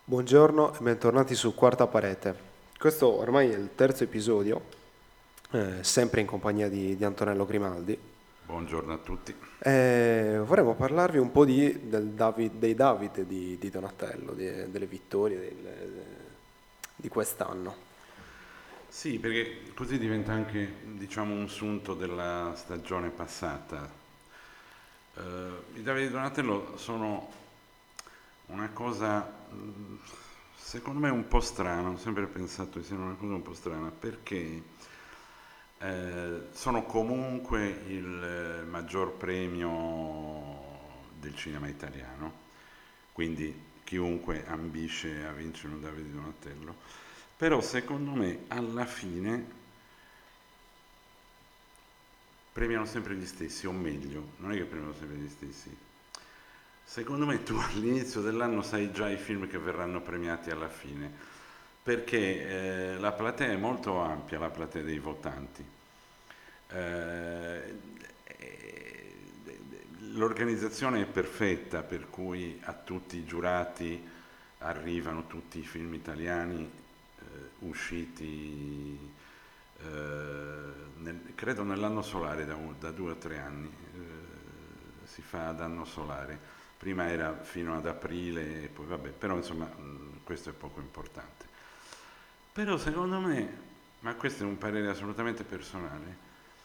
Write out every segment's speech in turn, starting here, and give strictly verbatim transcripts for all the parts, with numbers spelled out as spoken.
Buongiorno e bentornati su Quarta Parete. Questo ormai è il terzo episodio, eh, sempre in compagnia di, di Antonello Grimaldi. Buongiorno a tutti. E vorremmo parlarvi un po' di- del David- dei David di, di Donatello, di- delle vittorie del- di quest'anno. Sì, perché così diventa anche, diciamo, un sunto della stagione passata. Eh, I Davide Donatello sono una cosa, mh, secondo me, un po' strana. Ho sempre pensato che siano una cosa un po' strana perché eh, sono comunque il eh, maggior premio del cinema italiano, quindi chiunque ambisce a vincere un Davide Donatello. Però secondo me alla fine premiano sempre gli stessi, o meglio, non è che premiano sempre gli stessi. Secondo me tu all'inizio dell'anno sai già i film che verranno premiati alla fine, perché eh, la platea è molto ampia, la platea dei votanti. Eh, eh, L'organizzazione è perfetta, per cui a tutti i giurati arrivano tutti i film italiani eh, usciti eh, nel- credo nell'anno solare da, un- da due o tre anni, eh, si fa ad anno solare. Prima era fino ad aprile, e poi vabbè, però insomma mh, questo è poco importante. Però secondo me, ma questo è un parere assolutamente personale,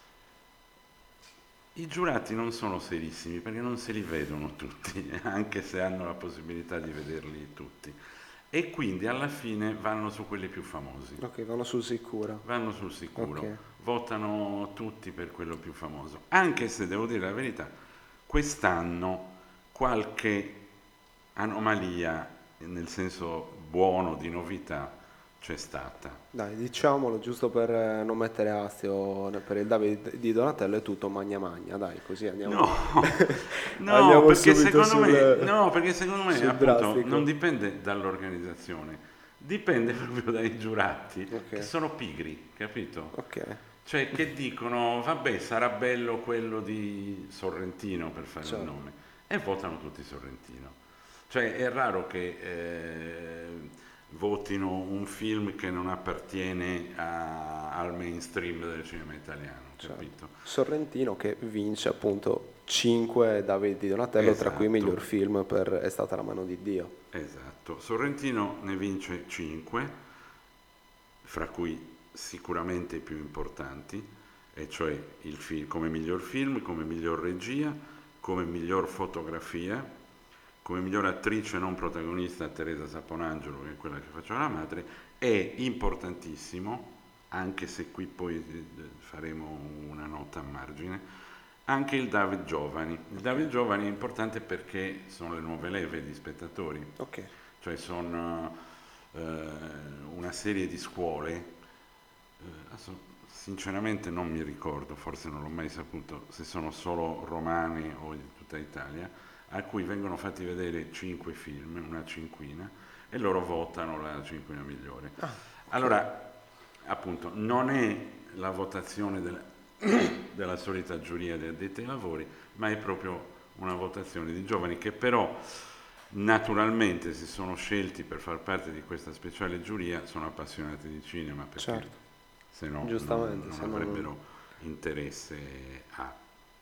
i giurati non sono serissimi perché non se li vedono tutti, anche se hanno la possibilità di vederli tutti. E quindi alla fine vanno su quelli più famosi, Ok, vanno sul sicuro. vanno sul Ok. sicuro, votano tutti per quello più famoso. Anche se devo dire la verità, quest'anno qualche anomalia, nel senso buono di novità, c'è stata. Dai, diciamolo giusto per eh, non mettere astio per il David di Donatello è tutto magna magna, dai, così andiamo, No, no, andiamo perché subito secondo me, sul, no, perché secondo me sul appunto non drastico. dipende dall'organizzazione, dipende proprio dai giurati Ok, che sono pigri, capito? ok, Cioè che dicono, vabbè, sarà bello quello di Sorrentino per fare un certo. nome, e votano tutti Sorrentino. Cioè è raro che eh, votino un film che non appartiene a- al mainstream del cinema italiano, Certo. capito? Sorrentino che vince appunto cinque David di Donatello, tra cui Esatto. miglior film per È stata la mano di Dio. Esatto, Sorrentino ne vince cinque, fra cui sicuramente i più importanti, e cioè il film, come miglior film, come miglior regia, come miglior fotografia, come miglior attrice non protagonista Teresa Saponangelo, che è quella che faceva la madre, è importantissimo, anche se qui poi eh, faremo una nota a margine, anche il David Giovani. Il Ok, David Giovani è importante perché sono le nuove leve di spettatori, ok, cioè sono eh, una serie di scuole, eh, adesso sinceramente non mi ricordo, forse non l'ho mai saputo, se sono solo romane o di tutta Italia, a cui vengono fatti vedere cinque film, una cinquina, e loro votano la cinquina migliore. ok, Allora, appunto, non è la votazione del- della solita giuria dei addetti ai lavori, ma è proprio una votazione di giovani che però naturalmente si sono scelti per far parte di questa speciale giuria, sono appassionati di cinema perché certo, se no non, giustamente, non se no non... avrebbero interesse a.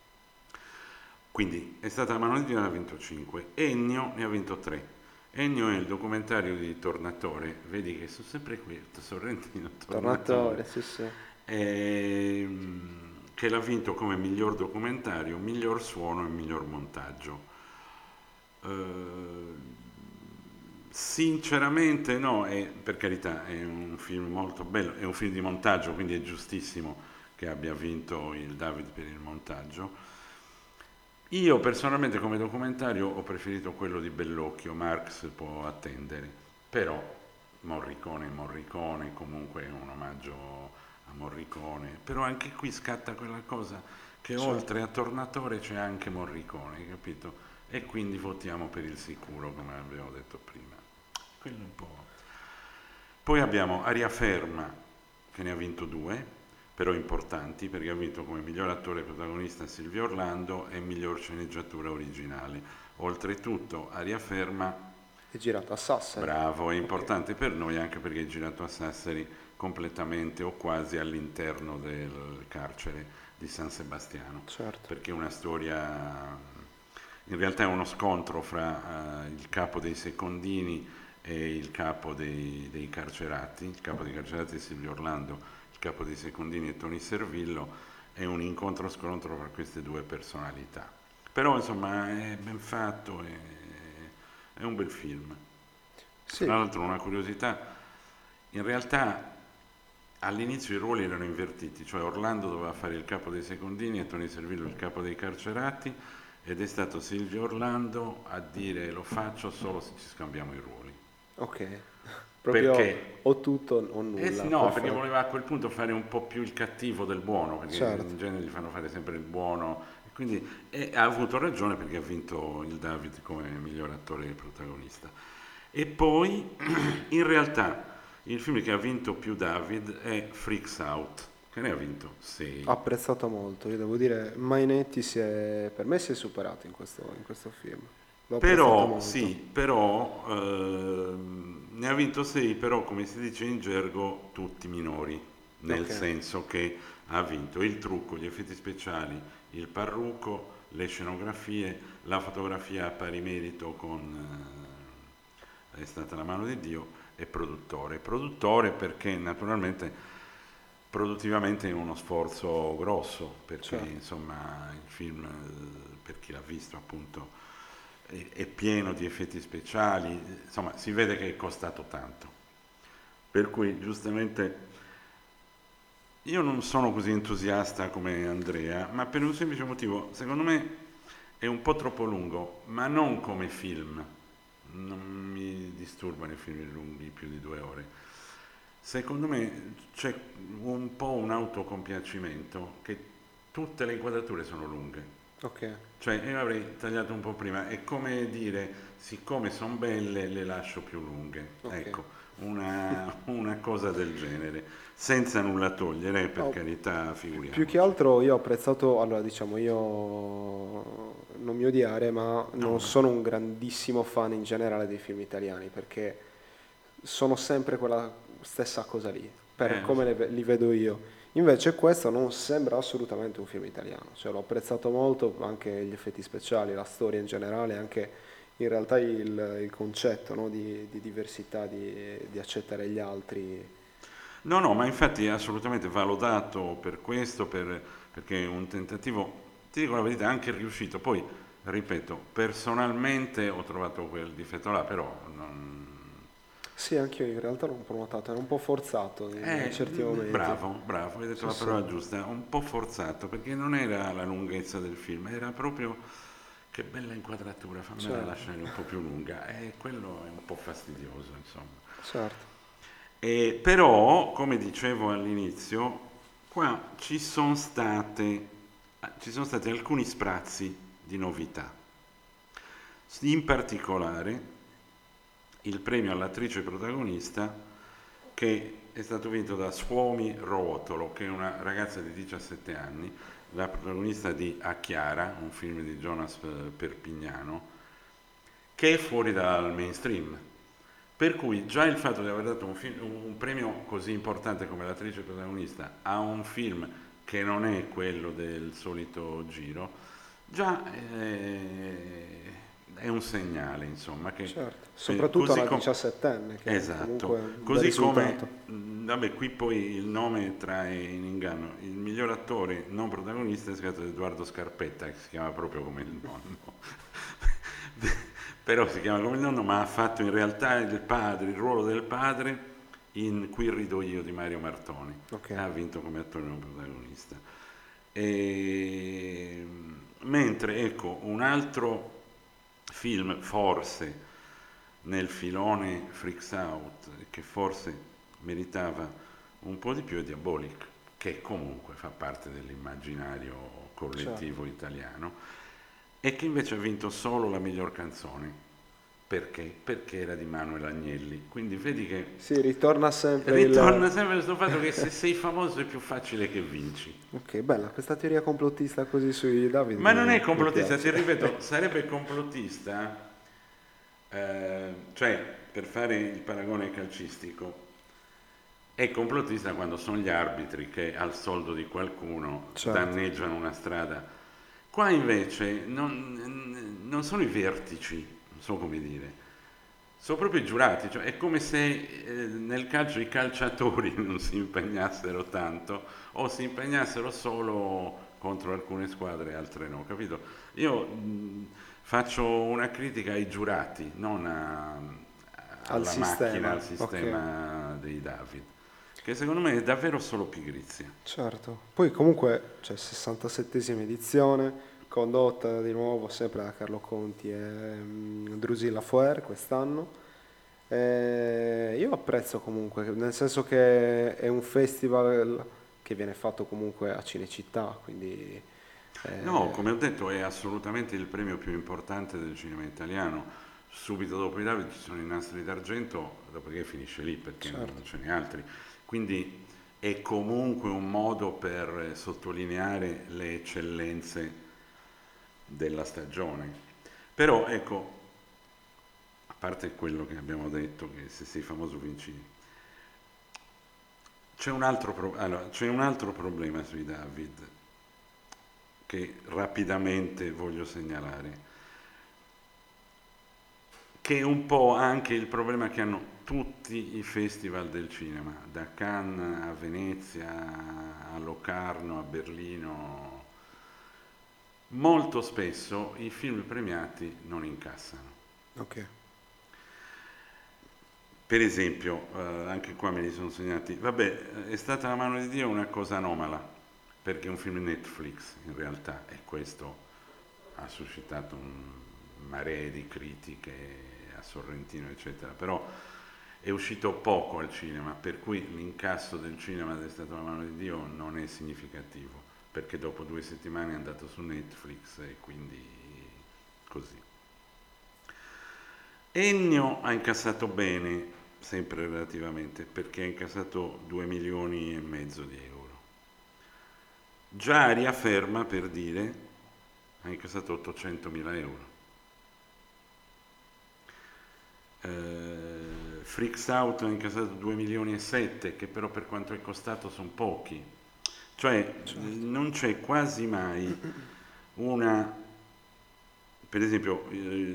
Quindi è stata la mano di Dio, ne ha vinto cinque, Ennio ne ha vinto tre. Ennio è il documentario di Tornatore, vedi che sono sempre qui, Sorrentino, Tornatore, Tornatore, sì sì. ehm, che l'ha vinto come miglior documentario, miglior suono e miglior montaggio. Eh, Sinceramente no, è, per carità è un film molto bello, è un film di montaggio, quindi è giustissimo che abbia vinto il David per il montaggio. Io personalmente come documentario ho preferito quello di Bellocchio, Marx può attendere, però Morricone è Morricone, comunque è un omaggio a Morricone, però anche qui scatta quella cosa che Certo. oltre a Tornatore c'è anche Morricone, capito? E quindi votiamo per il sicuro, come abbiamo detto prima. Quello è un po'. Poi abbiamo Aria Ferma, che ne ha vinto due, però importanti, perché ha vinto come miglior attore protagonista Silvio Orlando e miglior sceneggiatura originale. Oltretutto, Aria Ferma È girato a Sassari. Bravo, è Ok, importante per noi anche perché è girato a Sassari completamente o quasi all'interno del carcere di San Sebastiano, certo. perché è una storia, in realtà è uno scontro fra eh, il capo dei secondini e il capo dei, dei carcerati, il capo dei carcerati è Silvio Orlando, il capo dei secondini è Tony Servillo, è un incontro-scontro fra queste due personalità. Però insomma è ben fatto, è, è un bel film. Fra Sì, l'altro una curiosità, in realtà all'inizio i ruoli erano invertiti, cioè Orlando doveva fare il capo dei secondini e Tony Servillo il capo dei carcerati ed è stato Silvio Orlando a dire lo faccio solo se ci scambiamo i ruoli. ok. Proprio Perché? o tutto o Eh sì, nulla, no, perché perfetto. voleva a quel punto fare un po' più il cattivo del buono, perché Certo. in genere gli fanno fare sempre il buono. E quindi e ha avuto ragione perché ha vinto il David come miglior attore protagonista. E poi, in realtà, il film che ha vinto più David è Freaks Out, che ne ha vinto sei. Apprezzato molto, io devo dire, Mainetti si è, per me si è superato in questo, in questo film. L'ho apprezzato Però, sì, molto. però, ehm, ne ha vinto sei, però, come si dice in gergo, tutti minori, nel Ok, senso che ha vinto il trucco, gli effetti speciali, il parrucco, le scenografie, la fotografia a pari merito con eh, È stata la mano di Dio e produttore. Produttore perché naturalmente produttivamente è uno sforzo grosso, perché certo. insomma il film, eh, per chi l'ha visto appunto, è, è pieno di effetti speciali, insomma si vede che è costato tanto. Per cui giustamente io non sono così entusiasta come Andrea, ma per un semplice motivo, secondo me è un po' troppo lungo, ma non come film. Non mi disturbano i film lunghi più di due ore. Secondo me c'è un po' un autocompiacimento che tutte le inquadrature sono lunghe. Ok, Cioè, io avrei tagliato un po' prima, è come dire, siccome sono belle, le lascio più lunghe. ok. Ecco, una, una cosa del genere, senza nulla togliere, per No, carità, pi- più che figuriamoci. altro io ho apprezzato, allora diciamo, io non mi odiare, ma No, non no. sono un grandissimo fan in generale dei film italiani, perché sono sempre quella stessa cosa lì, per Eh, lo come so. le ve- li vedo io. Invece questo non sembra assolutamente un film italiano, cioè l'ho apprezzato molto, anche gli effetti speciali, la storia in generale, anche in realtà il, il concetto, no, di, di diversità, di, di accettare gli altri. No, no, ma infatti è assolutamente valodato per questo, per- perché è un tentativo, ti dico la verità, anche riuscito. Poi, ripeto, personalmente ho trovato quel difetto là, però non, Sì, anche io in realtà l'ho un po' notato, era un po' forzato in, in Eh, certi mm, momenti. bravo, bravo, hai detto Sì, la sì, parola giusta, un po' forzato perché non era la lunghezza del film, era proprio che bella inquadratura, fammela certo, lasciare un po' più lunga e quello è un po' fastidioso, insomma. certo, E però, come dicevo all'inizio, qua ci sono state, ci sono stati alcuni sprazzi di novità. In particolare il premio all'attrice protagonista che è stato vinto da Suomi Ruotolo, che è una ragazza di diciassette anni, la protagonista di A Chiara, un film di Jonas eh, Perpignano, che è fuori dal mainstream. Per cui già il fatto di aver dato un, film, un premio così importante come l'attrice protagonista a un film che non è quello del solito giro, già eh, è un segnale, insomma, che certo. pe- Soprattutto così una come... diciassettenne, che è Esatto, comunque un bel così come, risultato. mh, vabbè, qui poi il nome trae in inganno, il miglior attore non protagonista è stato Edoardo Scarpetta, che si chiama proprio come il nonno, però si chiama come il nonno, ma ha fatto in realtà il padre, il ruolo del padre in Qui rido io di Mario Martoni, Ok, e ha vinto come attore non protagonista. E, mentre ecco un altro film forse nel filone Freaks Out che forse meritava un po' di più è Diabolic, che comunque fa parte dell'immaginario certo. collettivo italiano e che invece ha vinto solo la miglior canzone. Perché? Perché era di Manuel Agnelli. Quindi vedi che Sì, ritorna sempre il... ritorna sempre questo fatto che se sei famoso è più facile che vinci. Ok, bella, questa teoria complottista così sui David Ma non è mi, mi complottista, ti piace. ripeto, sarebbe complottista Eh, cioè, per fare il paragone calcistico, è complottista quando sono gli arbitri che al soldo di qualcuno Certo, danneggiano una strada. Qua invece non, non sono i vertici, non so come dire, sono proprio i giurati, cioè è come se eh, nel calcio i calciatori non si impegnassero tanto o si impegnassero solo contro alcune squadre e altre no, capito? Io mh, faccio una critica ai giurati, non a- al alla macchina, sistema, al ok. sistema dei David, che secondo me è davvero solo pigrizia. Certo, poi comunque c'è sessantasettesima edizione, condotta di nuovo sempre da Carlo Conti e mm, Drusilla Foer quest'anno. E io apprezzo comunque, nel senso che è un festival che viene fatto comunque a Cinecittà, quindi No, eh, come ho detto, è assolutamente il premio più importante del cinema italiano. Subito dopo i David ci sono i Nastri d'Argento, dopodiché finisce lì perché non certo, ce n'è altri. Quindi è comunque un modo per sottolineare le eccellenze della stagione. Però ecco, a parte quello che abbiamo detto, che se sei famoso vinci, c'è un altro, pro- allora, c'è un altro problema sui David che rapidamente voglio segnalare, che è un po' anche il problema che hanno tutti i festival del cinema, da Cannes a Venezia, a Locarno, a Berlino. Molto spesso i film premiati non incassano. ok, Per esempio, eh, anche qua me li sono segnati, vabbè, è stata la mano di Dio una cosa anomala, perché è un film Netflix in realtà, e questo ha suscitato un mare di critiche a Sorrentino, eccetera, però è uscito poco al cinema, per cui l'incasso del cinema ed è stata la mano di Dio non è significativo, perché dopo due settimane è andato su Netflix e quindi così. Ennio ha incassato bene, sempre relativamente, perché ha incassato due milioni e mezzo di euro. Già Aria Ferma, per dire, ha incassato ottocentomila euro. Eh, Freaks Out ha incassato due milioni e sette, che però per quanto è costato sono pochi. Cioè certo, non c'è quasi mai una, per esempio, eh,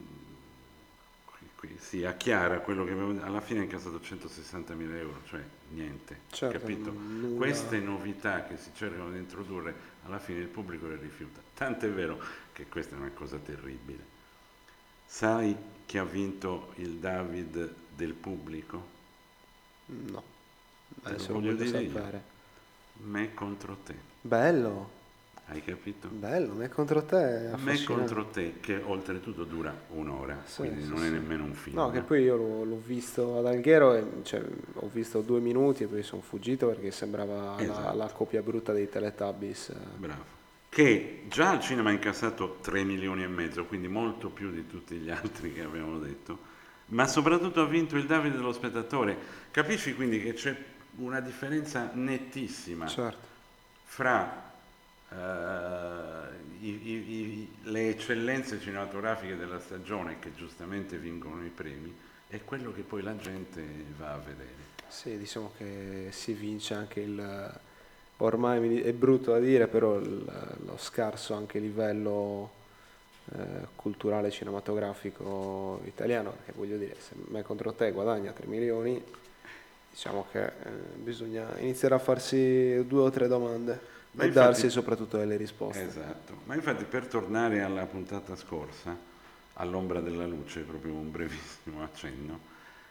qui, qui, sì, a Chiara, quello che avevo, alla fine ha incassato centosessantamila euro, cioè niente, certo, capito? non- nulla, Queste novità che si cercano di introdurre, alla fine il pubblico le rifiuta. Tant'è vero che questa è una cosa terribile. Sai chi ha vinto il David del pubblico? no, Te lo adesso lo voglio voglio dire io. sapere. Me contro te. Bello, Hai capito? bello, me contro te è Me affascinante. contro te, che oltretutto dura un'ora, Sì, quindi sì, non è sì. nemmeno un No, film. che Eh. poi io l'ho, l'ho visto ad Alghero e cioè, ho visto due minuti e poi sono fuggito perché sembrava la, la Esatto, copia brutta dei Teletubbies. eh. bravo. Che già al cinema ha incassato tre milioni e mezzo, quindi molto più di tutti gli altri che abbiamo detto, ma soprattutto ha vinto il Davide dello spettatore. Capisci quindi che c'è una differenza nettissima Certo, fra eh, i- i- i- le eccellenze cinematografiche della stagione che giustamente vincono i premi e quello che poi la gente va a vedere. sì, diciamo che si vince anche il, ormai mi di- è brutto da dire, però il- lo scarso anche livello eh, culturale cinematografico italiano, perché voglio dire, se me contro te guadagna tre milioni, diciamo che eh, bisogna iniziare a farsi due o tre domande Ma e darsi infatti, soprattutto delle risposte. esatto, ma infatti per tornare alla puntata scorsa, all'ombra della luce, proprio un brevissimo accenno,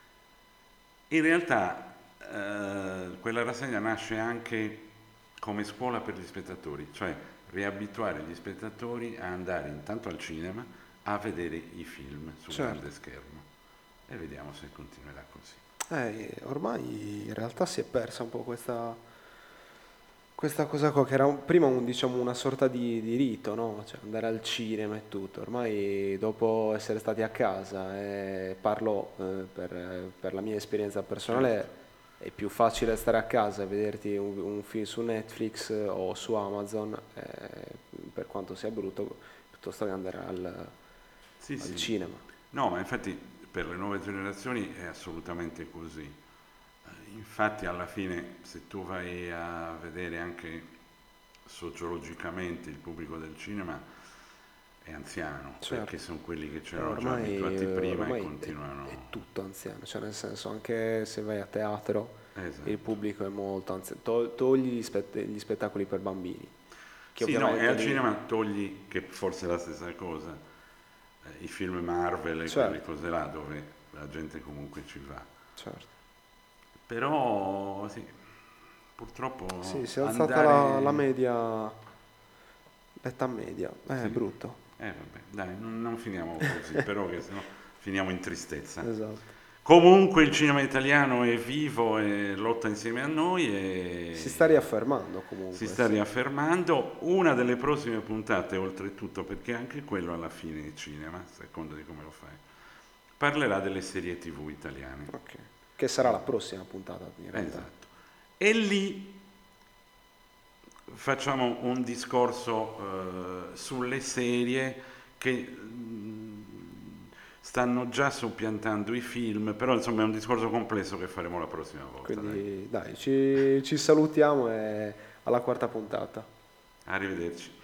in realtà eh, quella rassegna nasce anche come scuola per gli spettatori, cioè riabituare gli spettatori a andare intanto al cinema a vedere i film sul Certo. grande schermo e vediamo se continuerà così. Eh, ormai in realtà si è persa un po' questa, questa cosa qua, che era un- prima un- diciamo, una sorta di, di rito, no? Cioè andare al cinema e tutto. Ormai dopo essere stati a casa, e parlo eh, per, per la mia esperienza Certo. personale, è più facile stare a casa e vederti un, un film su Netflix eh, o su Amazon, eh, per quanto sia brutto, piuttosto che andare al, Sì, al sì. cinema. No, ma infatti per le nuove generazioni è assolutamente così. Eh, Infatti alla fine se tu vai a vedere anche sociologicamente il pubblico del cinema è anziano, perché Certo. sono quelli che Eh, c'erano già ormai, abituati eh, prima e ormai è, è continuano. tutto anziano, cioè nel senso anche se vai a teatro il Esatto. pubblico è molto anziano, Tol- togli gli, spett- gli spettacoli per bambini, che Sì, no, e ovviamente al lì, cinema togli, che forse è la stessa cosa, eh, i film Marvel e quelle certo, cose là dove la gente comunque ci va. certo. Però sì, Sì, purtroppo si è alzata la, la andare... media, l'età media, eh, è Sì, brutto, eh vabbè, dai, non, non finiamo così, però che sennò finiamo in tristezza. esatto. Comunque il cinema italiano è vivo e lotta insieme a noi Si sta e riaffermando si comunque, sta sì. riaffermando. Una delle prossime puntate, oltretutto, perché anche quello alla fine è cinema, a seconda di come lo fai, parlerà delle serie T V italiane. Ok. Che sarà la prossima puntata in realtà. Esatto. E lì facciamo un discorso eh, sulle serie che mh, stanno già soppiantando i film, però insomma è un discorso complesso che faremo la prossima volta, dai. Quindi dai, ci, ci salutiamo e alla quarta puntata. Arrivederci.